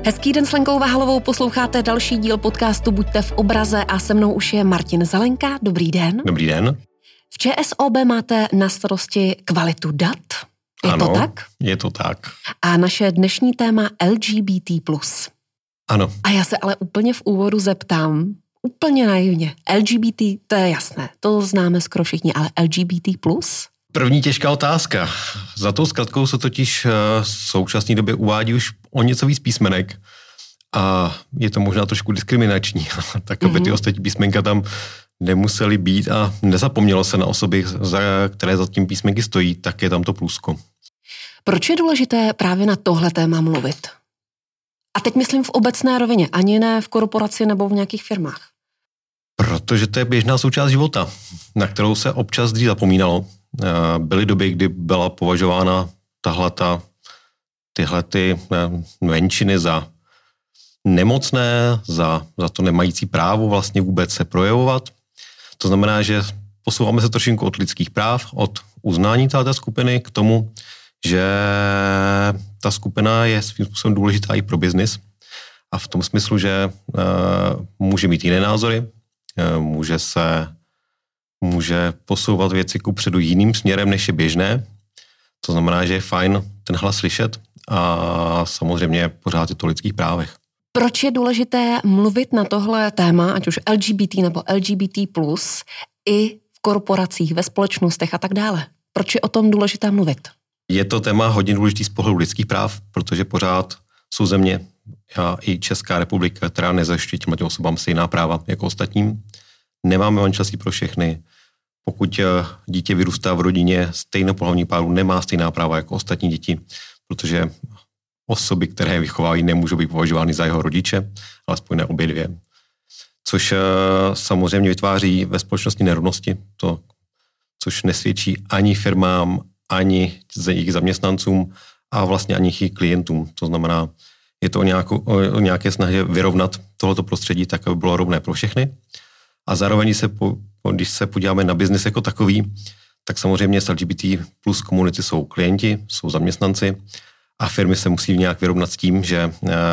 Hezký den s Lenkou Vahalovou, posloucháte další díl podcastu Buďte v obraze a se mnou už je Martin Zelenka. Dobrý den. Dobrý den. V ČSOB máte na starosti kvalitu dat? Ano, to tak? Je to tak. A naše dnešní téma LGBT+. Ano. A já se ale úplně v úvodu zeptám, úplně naivně. LGBT, to je jasné, to známe skoro všichni, ale LGBT+? První těžká otázka. Za tou zkratkou se totiž v současné době uvádí už o něco víc písmenek a je to možná trošku diskriminační, tak aby ty ostatní písmenka tam nemusely být a nezapomnělo se na osoby, které za tím písmenky stojí, tak je tam to plusko. Proč je důležité právě na tohle téma mluvit? A teď myslím v obecné rovině, ani ne v korporaci nebo v nějakých firmách. Protože to je běžná součást života, na kterou se občas dřív zapomínalo. Byly doby, kdy byla považována tyhle menšiny za nemocné, za to nemající právo vlastně vůbec se projevovat. To znamená, že posouváme se trošku od lidských práv, od uznání této skupiny k tomu, že ta skupina je svým způsobem důležitá i pro biznis a v tom smyslu, že může mít jiné názory, může posouvat věci kupředu jiným směrem, než je běžné. To znamená, že je fajn ten hlas slyšet a samozřejmě pořád je to o lidských právech. Proč je důležité mluvit na tohle téma, ať už LGBT nebo LGBT+, i v korporacích, ve společnostech a tak dále? Proč je o tom důležité mluvit? Je to téma hodně důležitý z pohledu lidských práv, protože pořád jsou země a i Česká republika, která nezajišťuje těmto osobám stejná práva jako ostatním. Nemáme manželství pro všechny. Pokud dítě vyrůstá v rodině stejnopohlavních párů, nemá stejná práva jako ostatní děti, protože osoby, které je vychovávají, nemůžou být považovány za jeho rodiče, alespoň ne obě dvě. Což samozřejmě vytváří ve společnosti nerovnosti, což nesvědčí ani firmám, ani jejich zaměstnancům a vlastně ani jejich klientům. To znamená, je to o nějaké snaze vyrovnat tohoto prostředí tak, aby bylo rovné pro všechny. A zároveň, když se podíváme na biznis jako takový, tak samozřejmě s LGBT plus komunity jsou klienti, jsou zaměstnanci a firmy se musí nějak vyrovnat s tím, že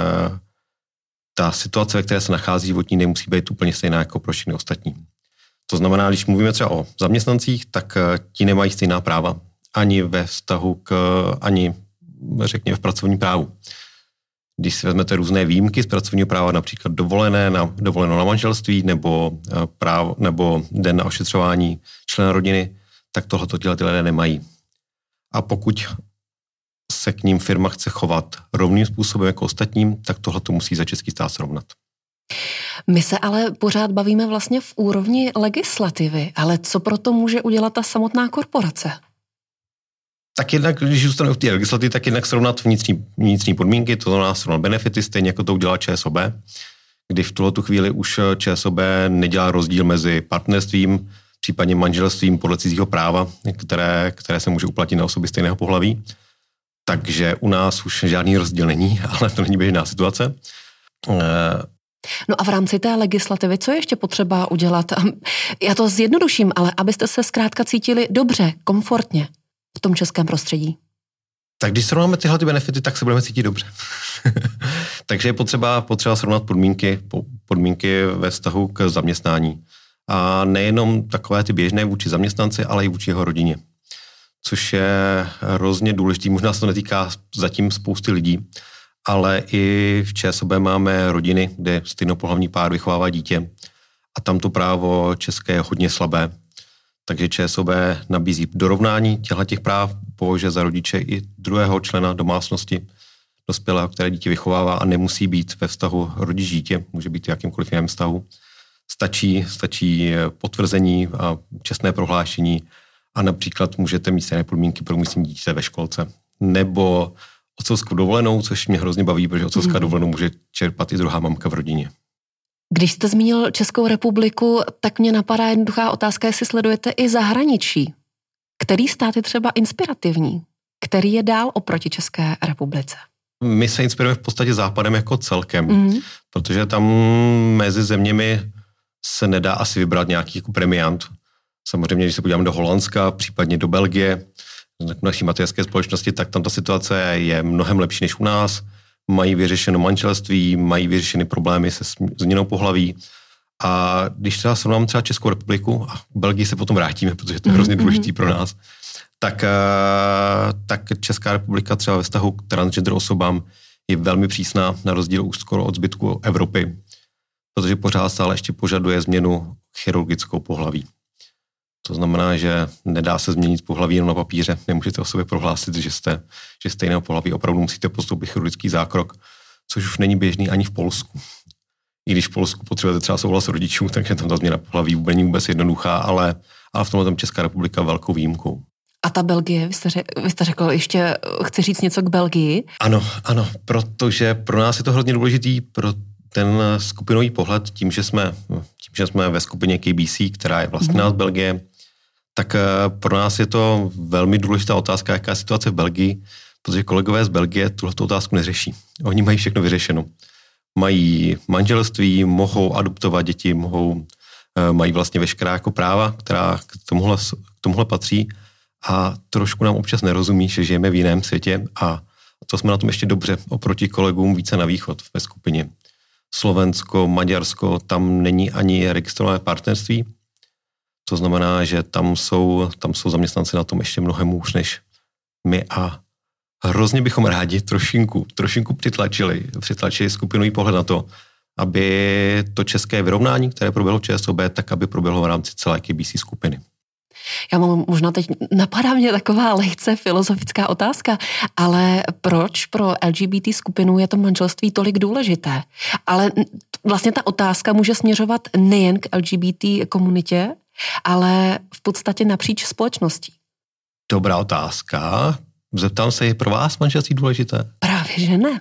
ta situace, ve které se nachází životní, nemusí být úplně stejná jako pro všechny ostatní. To znamená, když mluvíme třeba o zaměstnancích, tak ti nemají stejná práva ani ve vztahu ani řekněme v pracovním právu. Když si vezmete různé výjimky z pracovního práva, například dovolenou na manželství nebo den na ošetřování člena rodiny, tak tohleto ty lidé nemají. A pokud se k ním firma chce chovat rovným způsobem jako ostatním, tak tohleto musí za český stát srovnat. My se ale pořád bavíme vlastně v úrovni legislativy, ale co proto může udělat ta samotná korporace? Tak jednak, když zůstanu v té legislativě, tak jednak srovnat vnitřní podmínky, to znamená srovnat benefity, stejně jako to udělá ČSOB, kdy v tuhletu chvíli už ČSOB nedělá rozdíl mezi partnerstvím, případně manželstvím podle cizího práva, které se může uplatnit na osoby stejného pohlaví. Takže u nás už žádný rozdíl není, ale to není běžná situace. No a v rámci té legislativy, co je ještě potřeba udělat? Já to zjednoduším, ale abyste se zkrátka cítili dobře, komfortně v tom českém prostředí. Tak když srovnáme tyhle benefity, tak se budeme cítit dobře. Takže je potřeba srovnat podmínky ve vztahu k zaměstnání. A nejenom takové ty běžné vůči zaměstnanci, ale i vůči jeho rodině. Což je hrozně důležitý. Možná se to netýká zatím spousty lidí, ale i v ČSOB máme rodiny, kde stejnopohlavní pár vychovává dítě a tam to právo české je hodně slabé. Takže ČSOB nabízí dorovnání těch práv, považuje za rodiče i druhého člena domácnosti dospělého, které dítě vychovává a nemusí být ve vztahu rodič-dítě, může být v jakýmkoliv jiném vztahu. Stačí potvrzení a čestné prohlášení a například můžete mít stejné podmínky pro umístění dítěte ve školce. Nebo otcovskou dovolenou, což mě hrozně baví, protože otcovská dovolenou může čerpat i druhá mamka v rodině. Když jste zmínil Českou republiku, tak mě napadá jednoduchá otázka, jestli sledujete i zahraničí. Který stát je třeba inspirativní? Který je dál oproti České republice? My se inspirujeme v podstatě západem jako celkem, protože tam mezi zeměmi se nedá asi vybrat nějaký jako premiant. Samozřejmě, když se podíváme do Holandska, případně do Belgie, naší mateřské společnosti, tak tam ta situace je mnohem lepší než u nás. mají vyřešeno manželství, mají vyřešeny problémy se změnou pohlaví. A když třeba srovnám třeba Českou republiku, a Belgii se potom vrátíme, protože to je hrozně důležitý pro nás, tak Česká republika třeba ve vztahu k transgender osobám je velmi přísná, na rozdíl už skoro od zbytku Evropy, protože pořád stále ještě požaduje změnu chirurgickou pohlaví. To znamená, že nedá se změnit pohlaví jenom na papíře, nemůžete o sobě prohlásit, že jste stejného pohlaví, opravdu musíte podstoupit chirurgický zákrok, což už není běžný ani v Polsku. I když v Polsku potřebujete třeba souhlas rodičů, takže tam ta změna pohlaví není vůbec jednoduchá, ale v tomhle tam Česká republika velkou výjimkou. A ta Belgie, vy jste řekl, ještě chci říct něco k Belgii? Ano, protože pro nás je to hrozně důležitý, pro ten skupinový pohled, tím, že jsme ve skupině KBC, která je vlastněná z Belgie, tak pro nás je to velmi důležitá otázka, jaká je situace v Belgii, protože kolegové z Belgie tuhleto otázku neřeší. Oni mají všechno vyřešeno. Mají manželství, mohou adoptovat děti, mají vlastně veškerá jako práva, která k tomuhle patří a trošku nám občas nerozumí, že žijeme v jiném světě a to jsme na tom ještě dobře oproti kolegům více na východ ve skupině. Slovensko, Maďarsko, tam není ani registrované partnerství. To znamená, že tam jsou zaměstnanci na tom ještě mnohem hůř než my a hrozně bychom rádi trošinku přitlačili skupinový pohled na to, aby to české vyrovnání, které proběhlo v ČSOB, tak aby proběhlo v rámci celé KBC skupiny. Já mám možná teď, napadá mě taková lehce filozofická otázka, ale proč pro LGBT skupinu je to manželství tolik důležité? Ale vlastně ta otázka může směřovat nejen k LGBT komunitě, ale v podstatě napříč společností. Dobrá otázka. Zeptám se, je pro vás manželství důležité? Právě, že ne.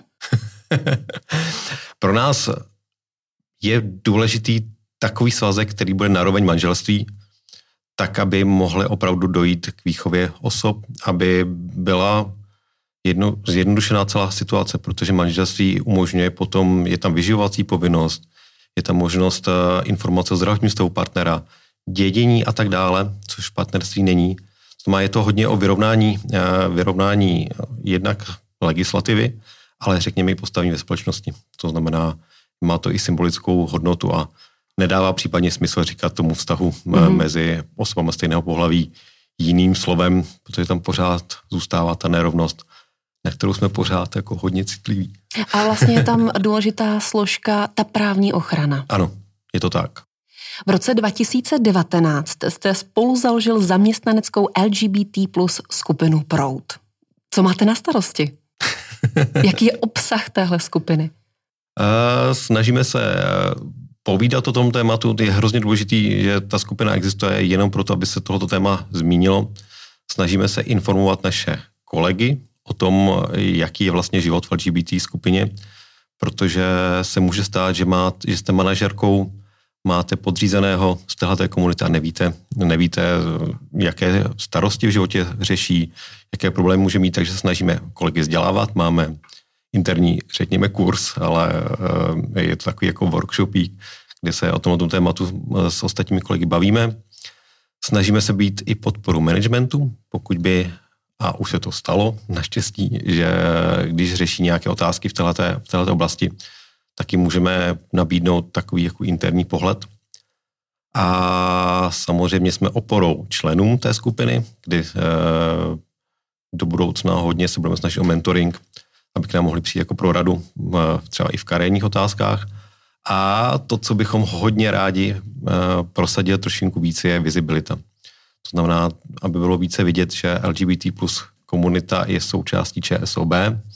Pro nás je důležitý takový svazek, který bude naroveň manželství, tak, aby mohly opravdu dojít k výchově osob, aby byla zjednodušená celá situace, protože manželství umožňuje potom, je tam vyživovací povinnost, je tam možnost informace o zdravotním stavu partnera, dědění a tak dále, což v partnerství není. Je to hodně o vyrovnání jednak legislativy, ale řekněme i postavení ve společnosti. To znamená, má to i symbolickou hodnotu a nedává případně smysl říkat tomu vztahu mezi osobami stejného pohlaví jiným slovem, protože tam pořád zůstává ta nerovnost, na kterou jsme pořád jako hodně citliví. A vlastně je tam důležitá složka, ta právní ochrana. Ano, je to tak. V roce 2019 jste spolu založil zaměstnaneckou LGBT plus skupinu Proud. Co máte na starosti? Jaký je obsah téhle skupiny? Snažíme se povídat o tom tématu. Je hrozně důležitý, že ta skupina existuje jenom proto, aby se tohoto téma zmínilo. Snažíme se informovat naše kolegy o tom, jaký je vlastně život v LGBT skupině, protože se může stát, že jste manažerkou, máte podřízeného z téhleté komunity a nevíte, jaké starosti v životě řeší, jaké problémy může mít, takže se snažíme kolegy vzdělávat. Máme interní, řekněme, kurz, ale je to takový jako workshopík, kde se o tomto tématu s ostatními kolegy bavíme. Snažíme se být i podporu managementu, pokud by, a už se to stalo naštěstí, že když řeší nějaké otázky v této oblasti, taky můžeme nabídnout takový jako interní pohled. A samozřejmě jsme oporou členům té skupiny, kdy do budoucna hodně se budeme snažit o mentoring, aby k nám mohli přijít jako pro radu, třeba i v kariérních otázkách. A to, co bychom hodně rádi prosadili trošinku více, je vizibilita. To znamená, aby bylo více vidět, že LGBT plus komunita je součástí ČSOB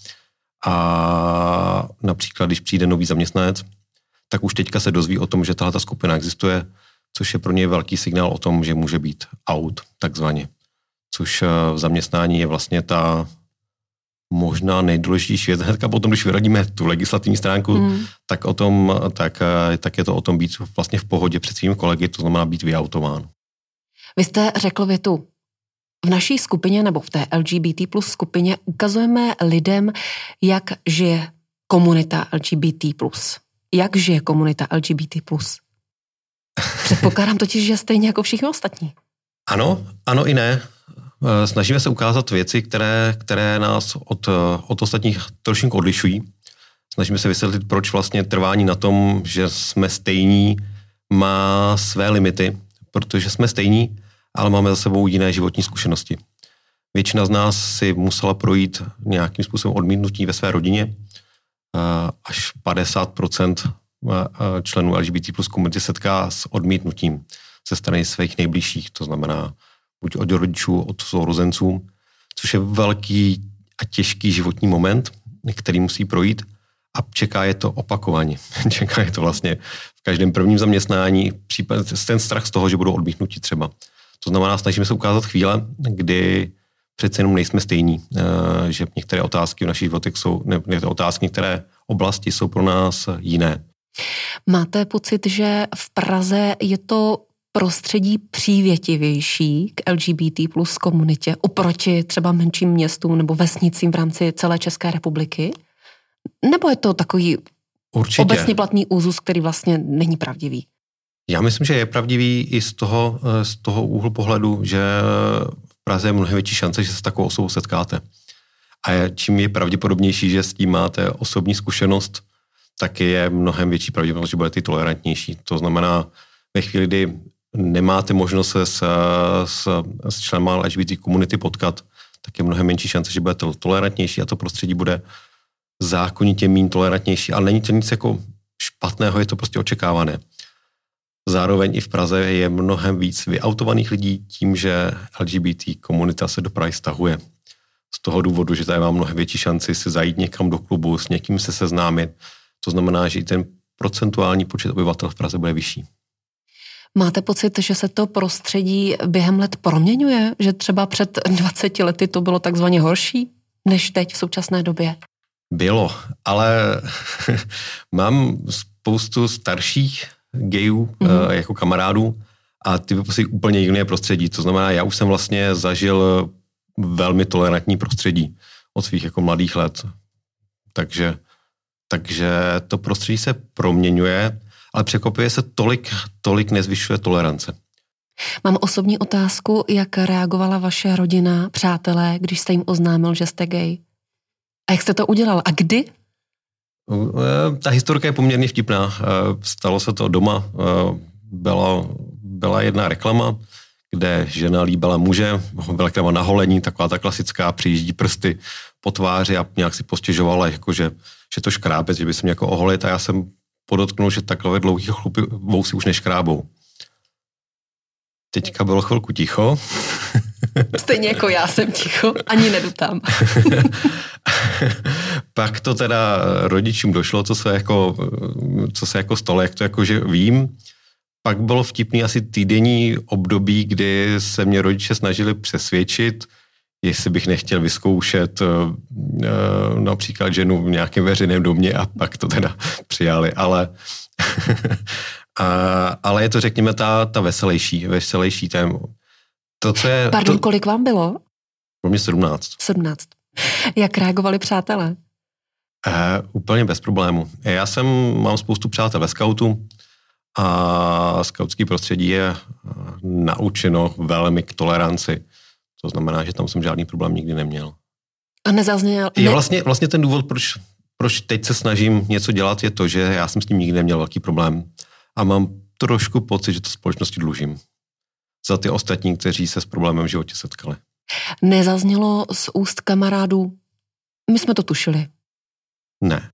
a například, když přijde nový zaměstnanec, tak už teďka se dozví o tom, že tahle skupina existuje, což je pro něj velký signál o tom, že může být out, takzvaně. Což v zaměstnání je vlastně ta možná nejdůležitější věc. Hnedka potom, když vyradíme tu legislativní stránku, tak je to o tom být vlastně v pohodě před svými kolegy, to znamená být vyautován. Vy jste řekl větu, v naší skupině nebo v té LGBT plus skupině ukazujeme lidem, jak žije komunita LGBT plus. Jak žije komunita LGBT plus? Předpokládám totiž, že stejně jako všichni ostatní. Ano i ne. Snažíme se ukázat věci, které nás od ostatních trošinku odlišují. Snažíme se vysvětlit, proč vlastně trvání na tom, že jsme stejní, má své limity, protože jsme stejní, ale máme za sebou jiné životní zkušenosti. Většina z nás si musela projít nějakým způsobem odmítnutí ve své rodině. Až 50% členů LGBT plus komunity setká s odmítnutím ze strany svých nejbližších, to znamená buď od rodičů, od sourozenců, což je velký a těžký životní moment, který musí projít a čeká je to opakovaně. Čeká je to vlastně v každém prvním zaměstnání, ten strach z toho, že budou odmítnutí třeba. To znamená, snažíme se ukázat chvíle, kdy přece jenom nejsme stejní, že některé otázky v našich životech jsou, některé otázky, některé oblasti jsou pro nás jiné. Máte pocit, že v Praze je to prostředí přívětivější k LGBT plus komunitě oproti třeba menším městům nebo vesnicím v rámci celé České republiky? Nebo je to takový Určitě obecně platný úzus, který vlastně není pravdivý? Já myslím, že je pravdivý i z toho úhlu pohledu, že v Praze je mnohem větší šance, že se s takovou osobou setkáte. A čím je pravděpodobnější, že s tím máte osobní zkušenost, tak je mnohem větší pravděpodobnost, že budete tolerantnější. To znamená, ve chvíli, kdy nemáte možnost se s členy LGBT komunity potkat, tak je mnohem menší šance, že budete tolerantnější a to prostředí bude zákonitě méně tolerantnější. Ale není to nic jako špatného, je to prostě očekávané. Zároveň i v Praze je mnohem víc vyautovaných lidí tím, že LGBT komunita se do Prahy stahuje. Z toho důvodu, že tady má mnohem větší šanci si zajít někam do klubu, s někým se seznámit. To znamená, že i ten procentuální počet obyvatel v Praze bude vyšší. Máte pocit, že se to prostředí během let proměňuje? Že třeba před 20 lety to bylo takzvaně horší než teď v současné době? Bylo, ale mám spoustu starších gayů jako kamarádů a ty vypustí úplně jiné prostředí. To znamená, já už jsem vlastně zažil velmi tolerantní prostředí od svých jako mladých let. Takže to prostředí se proměňuje, ale překvapuje se tolik nezvyšuje tolerance. Mám osobní otázku, jak reagovala vaše rodina, přátelé, když jste jim oznámil, že jste gay? A jak jste to udělal? A kdy? Ta historka je poměrně vtipná. Stalo se to doma. Byla jedna reklama, kde žena líbila muže, byla reklama na holení, taková ta klasická, přijíždí prsty po tváři a nějak si postěžovala, jakože, že to škrábe, že by se mě jako oholit a já jsem podotknul, že takové dlouhý chlupy vousy už neškrábou. Teďka bylo chvilku ticho. Stejně jako já jsem ticho, ani nedutám. Pak to teda rodičům došlo, co se jako stalo, jak to jakože vím. Pak bylo vtipný asi týdenní období, kdy se mě rodiče snažili přesvědčit, jestli bych nechtěl vyzkoušet například ženu v nějakém veřejném domě a pak to teda přijali, ale je to, řekněme, ta veselější téma. Pardon, kolik vám bylo? Pro mě 17. 17. Jak reagovali přátelé? Úplně bez problému. Mám spoustu přátel ve skautu a skautský prostředí je naučeno velmi k toleranci. To znamená, že tam jsem žádný problém nikdy neměl. A nezazněl? Je vlastně ten důvod, proč teď se snažím něco dělat, je to, že já jsem s tím nikdy neměl velký problém. A mám trošku pocit, že to společnosti dlužím. Za ty ostatní, kteří se s problémem v životě setkali. Nezaznělo z úst kamarádů? My jsme to tušili. Ne.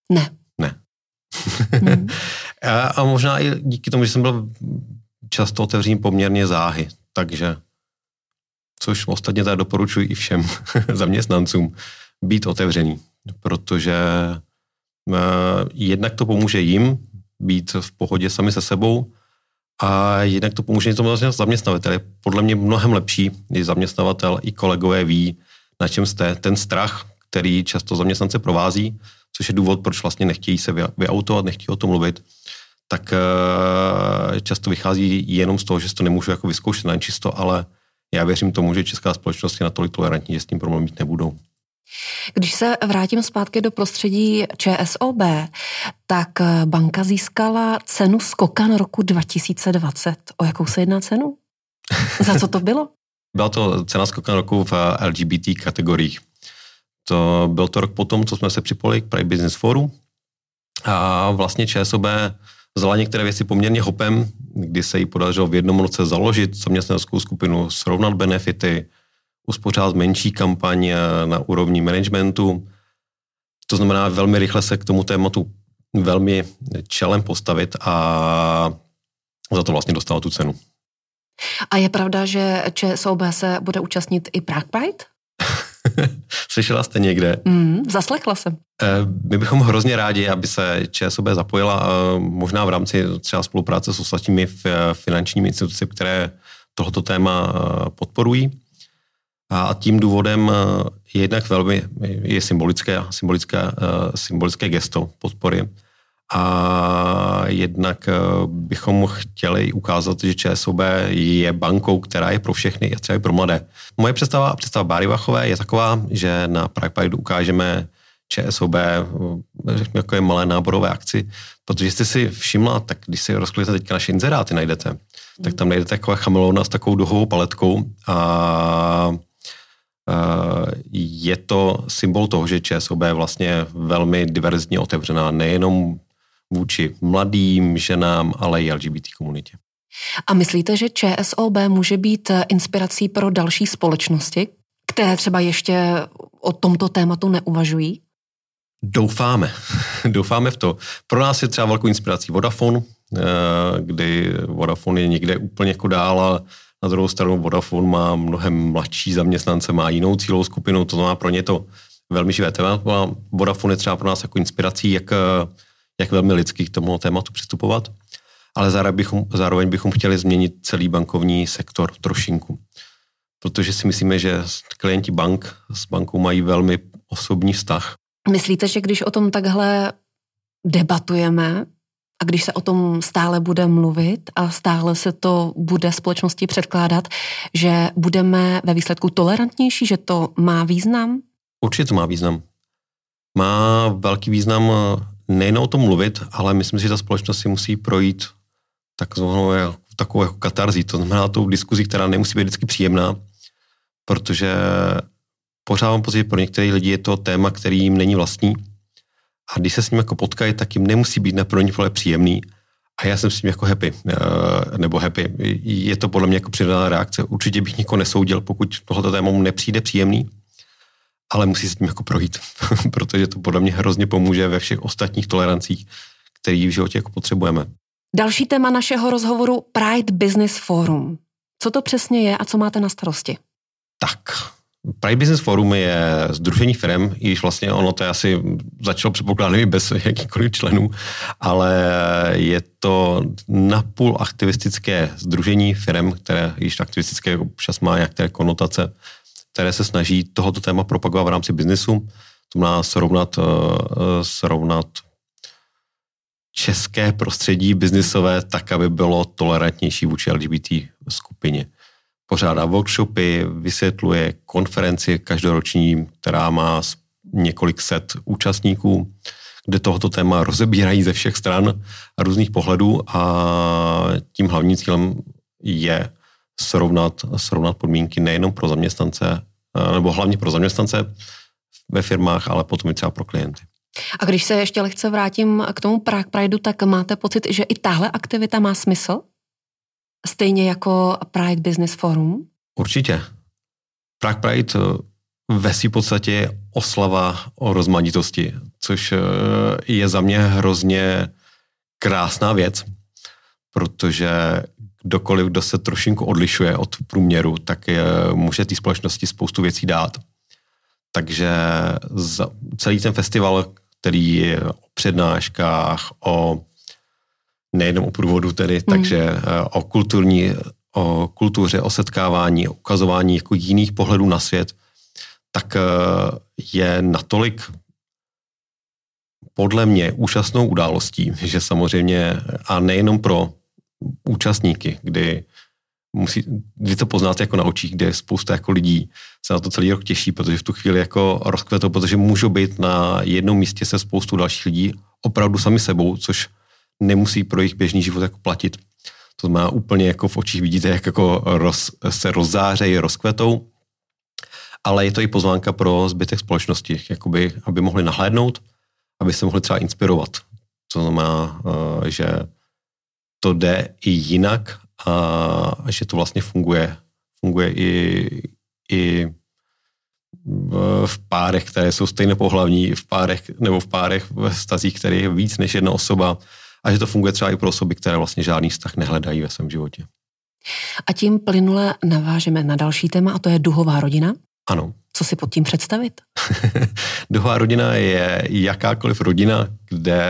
A možná i díky tomu, že jsem byl často otevřený poměrně záhy. Takže, což ostatně tady doporučuji i všem zaměstnancům, být otevřený. Protože jednak to pomůže jim být v pohodě sami se sebou a jednak to pomůže tomu zaměstnavateli. Je podle mě mnohem lepší, když zaměstnavatel i kolegové ví, na čem jste. Ten strach, který často zaměstnance provází, což je důvod, proč vlastně nechtějí se vyautovat, nechtějí o tom mluvit, tak často vychází jenom z toho, že si to nemůžu jako vyzkoušet na čisto, ale já věřím tomu, že česká společnost je natolik tolerantní, že s tím problém mít nebudou. Když se vrátím zpátky do prostředí ČSOB, tak banka získala cenu Skokan roku 2020. O jakou se jedná cenu? Za co to bylo? Byla to cena Skokan roku v LGBT kategoriích. Byl to rok potom, co jsme se připojili k Pride Business Foru A vlastně ČSOB vzala některé věci poměrně hopem, kdy se jí podařilo v jednom roce založit zaměstnaneckou skupinu, srovnat benefity, uspořádat menší kampaň na úrovni managementu. To znamená velmi rychle se k tomu tématu velmi čelem postavit a za to vlastně dostala tu cenu. A je pravda, že ČSOB se bude účastnit i Prague Pride? Slyšela jste někde? Zaslechla jsem. My bychom hrozně rádi, aby se ČSOB zapojila, možná v rámci třeba spolupráce s ostatními finančními institucemi, které tohoto téma podporují. A tím důvodem je jednak velmi je symbolické gesto podpory. A jednak bychom chtěli ukázat, že ČSOB je bankou, která je pro všechny a třeba i pro mladé. Moje představa Báry Vachové je taková, že na Prague Pride ukážeme ČSOB, řekněme, jako je malé náborové akci, protože jste si všimla, tak když si rozkliknete teďka naše inzeráty najdete, tak tam najdete taková chameleona s takovou duhovou paletkou a je to symbol toho, že ČSOB je vlastně velmi diverzně otevřená, nejenom vůči mladým ženám, ale i LGBT komunitě. A myslíte, že ČSOB může být inspirací pro další společnosti, které třeba ještě o tomto tématu neuvažují? Doufáme v to. Pro nás je třeba velkou inspirací Vodafone, kdy Vodafone je někde úplně jako dál a na druhou stranu Vodafone má mnohem mladší zaměstnance, má jinou cílovou skupinu, to znamená pro ně to velmi živé téma. Vodafone je třeba pro nás jako inspirací, jak velmi lidsky k tomu tématu přistupovat, ale zároveň bychom chtěli změnit celý bankovní sektor trošinku. Protože si myslíme, že klienti bank s bankou mají velmi osobní vztah. Myslíte, že když o tom takhle debatujeme a když se o tom stále bude mluvit a stále se to bude společnosti předkládat, že budeme ve výsledku tolerantnější, že to má význam? Určitě to má význam. Má velký význam nejen o tom mluvit, ale myslím si, že ta společnost si musí projít takovou jako katarzí. To znamená tou diskuzí, která nemusí být vždycky příjemná, protože pořád mám pocit, že pro některé lidi je to téma, který jim není vlastní. A když se s ním jako potkají, tak jim nemusí být na první pohled příjemný. A já jsem s tím jako happy. Je to podle mě jako přirozená reakce. Určitě bych nikoho nesoudil, pokud tohoto téma mu nepřijde příjemný, ale musí se tím jako projít, protože to podle mě hrozně pomůže ve všech ostatních tolerancích, který v životě jako potřebujeme. Další téma našeho rozhovoru Pride Business Forum. Co to přesně je a co máte na starosti? Tak, Pride Business Forum je sdružení firem, i když vlastně ono to asi začalo předpokládat bez jakýchkoliv členů, ale je to napůl aktivistické sdružení firem, které již aktivistické občas má nějaké konotace, které se snaží tohoto téma propagovat v rámci biznesu, to má srovnat české prostředí biznisové tak, aby bylo tolerantnější vůči LGBT skupině. Pořádá workshopy, vysvětluje konferenci každoroční, která má několik set účastníků, kde tohoto téma rozebírají ze všech stran a různých pohledů a tím hlavním cílem je srovnat podmínky nejenom pro zaměstnance, nebo hlavně pro zaměstnance ve firmách, ale potom i třeba pro klienty. A když se ještě lehce vrátím k tomu Prague Prideu, tak máte pocit, že i tahle aktivita má smysl? Stejně jako Pride Business Forum? Určitě. Prague Pride ve své podstatě je oslava o rozmanitosti, což je za mě hrozně krásná věc, protože kdokoliv, kdo se trošinku odlišuje od průměru, tak může té společnosti spoustu věcí dát. Takže celý ten festival, který je o přednáškách, nejenom o průvodu tedy, takže o kultuře, o setkávání, o ukazování jako jiných pohledů na svět, tak je natolik podle mě úžasnou událostí, že samozřejmě, a nejenom pro účastníky, kdy to poznáte jako na očích, kde spousta jako lidí se na to celý rok těší, protože v tu chvíli jako rozkvetou, protože můžou být na jednom místě se spoustu dalších lidí opravdu sami sebou, což nemusí pro jejich běžný život jako platit. To znamená úplně jako v očích vidíte, jak jako se rozzářejí, rozkvetou, ale je to i pozvánka pro zbytek společnosti, jakoby, aby mohli nahlédnout, aby se mohli třeba inspirovat To znamená, že to jde i jinak a že to vlastně funguje i v párech, které jsou stejnopohlavní, v párech ve vztazích, které je víc než jedna osoba a že to funguje třeba i pro osoby, které vlastně žádný vztah nehledají ve svém životě. A tím plynule navážeme na další téma a to je duhová rodina. Ano. Co si pod tím představit? Duhová rodina je jakákoliv rodina, kde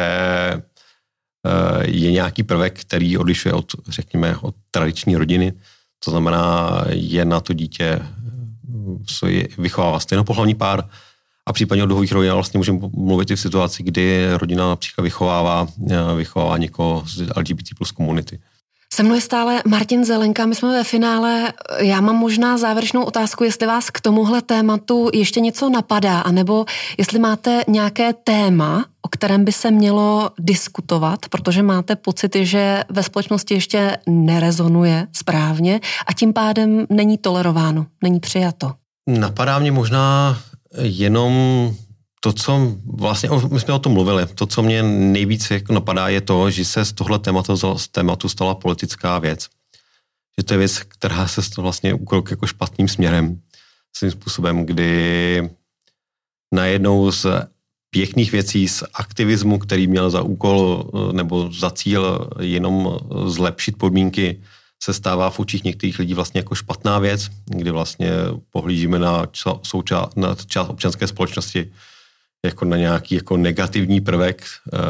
je nějaký prvek, který odlišuje od tradiční rodiny. To znamená, je na to dítě vychovává stejnopohlavní pár a případně o duhových rodinách vlastně můžeme mluvit i v situaci, kdy rodina například vychovává někoho z LGBT plus komunity. Se mnou je stále Martin Zelenka, my jsme ve finále. Já mám možná závěrečnou otázku, jestli vás k tomuhle tématu ještě něco napadá, anebo jestli máte nějaké téma, o kterém by se mělo diskutovat, protože máte pocity, že ve společnosti ještě nerezonuje správně a tím pádem není tolerováno, není přijato. Napadá mě možná jenom to, co vlastně, my jsme o tom mluvili, to, co mě nejvíc napadá, je to, že se z tohle tématu stala politická věc. Že to je věc, která se vlastně ukrok jako špatným směrem, svým způsobem, kdy najednou z pěkných věcí, z aktivismu, který měl za úkol nebo za cíl jenom zlepšit podmínky, se stává v očích některých lidí vlastně jako špatná věc, kdy vlastně pohlížíme na část občanské společnosti jako na nějaký jako negativní prvek.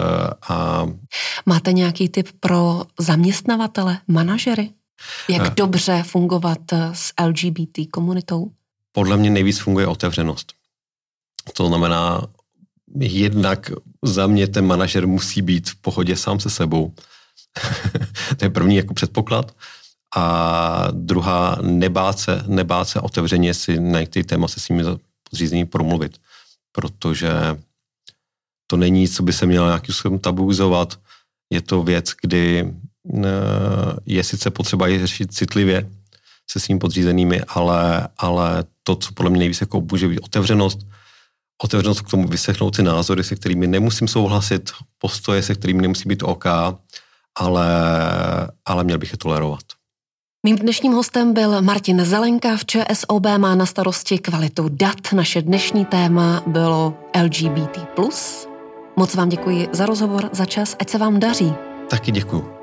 Máte nějaký tip pro zaměstnavatele, manažery? Jak dobře fungovat s LGBT komunitou? Podle mě nejvíc funguje otevřenost. To znamená, jednak za mě ten manažer musí být v pohodě sám se sebou. To je první jako předpoklad. A druhá, nebát se otevřeně si na některý téma se svými podřízenými promluvit. Protože to není, co by se mělo nějakým způsobem tabuizovat. Je to věc, kdy je sice potřeba ji řešit citlivě se svými podřízenými, ale to, co podle mě nejvíc jako může být otevřenost k tomu vyslechnout si názory, se kterými nemusím souhlasit, postoje, se kterými nemusí být OK, ale měl bych je tolerovat. Mým dnešním hostem byl Martin Zelenka, v ČSOB má na starosti kvalitu dat. Naše dnešní téma bylo LGBT+. Moc vám děkuji za rozhovor, za čas, ať se vám daří. Taky děkuju.